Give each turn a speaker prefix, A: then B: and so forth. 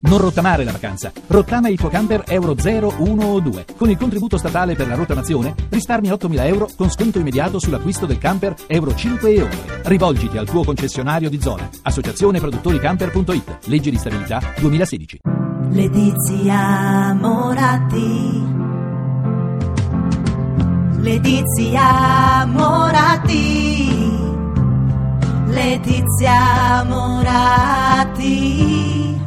A: Non rottamare la vacanza. Rottama il tuo camper Euro 0, 1 o 2. Con il contributo statale per la rottamazione risparmi 8.000 euro con sconto immediato sull'acquisto del camper Euro 5 e oltre. Rivolgiti al tuo concessionario di zona. Associazione Produttori Camper.it. Legge di stabilità 2016.
B: Letizia Moratti. Letizia Moratti. Letizia Moratti.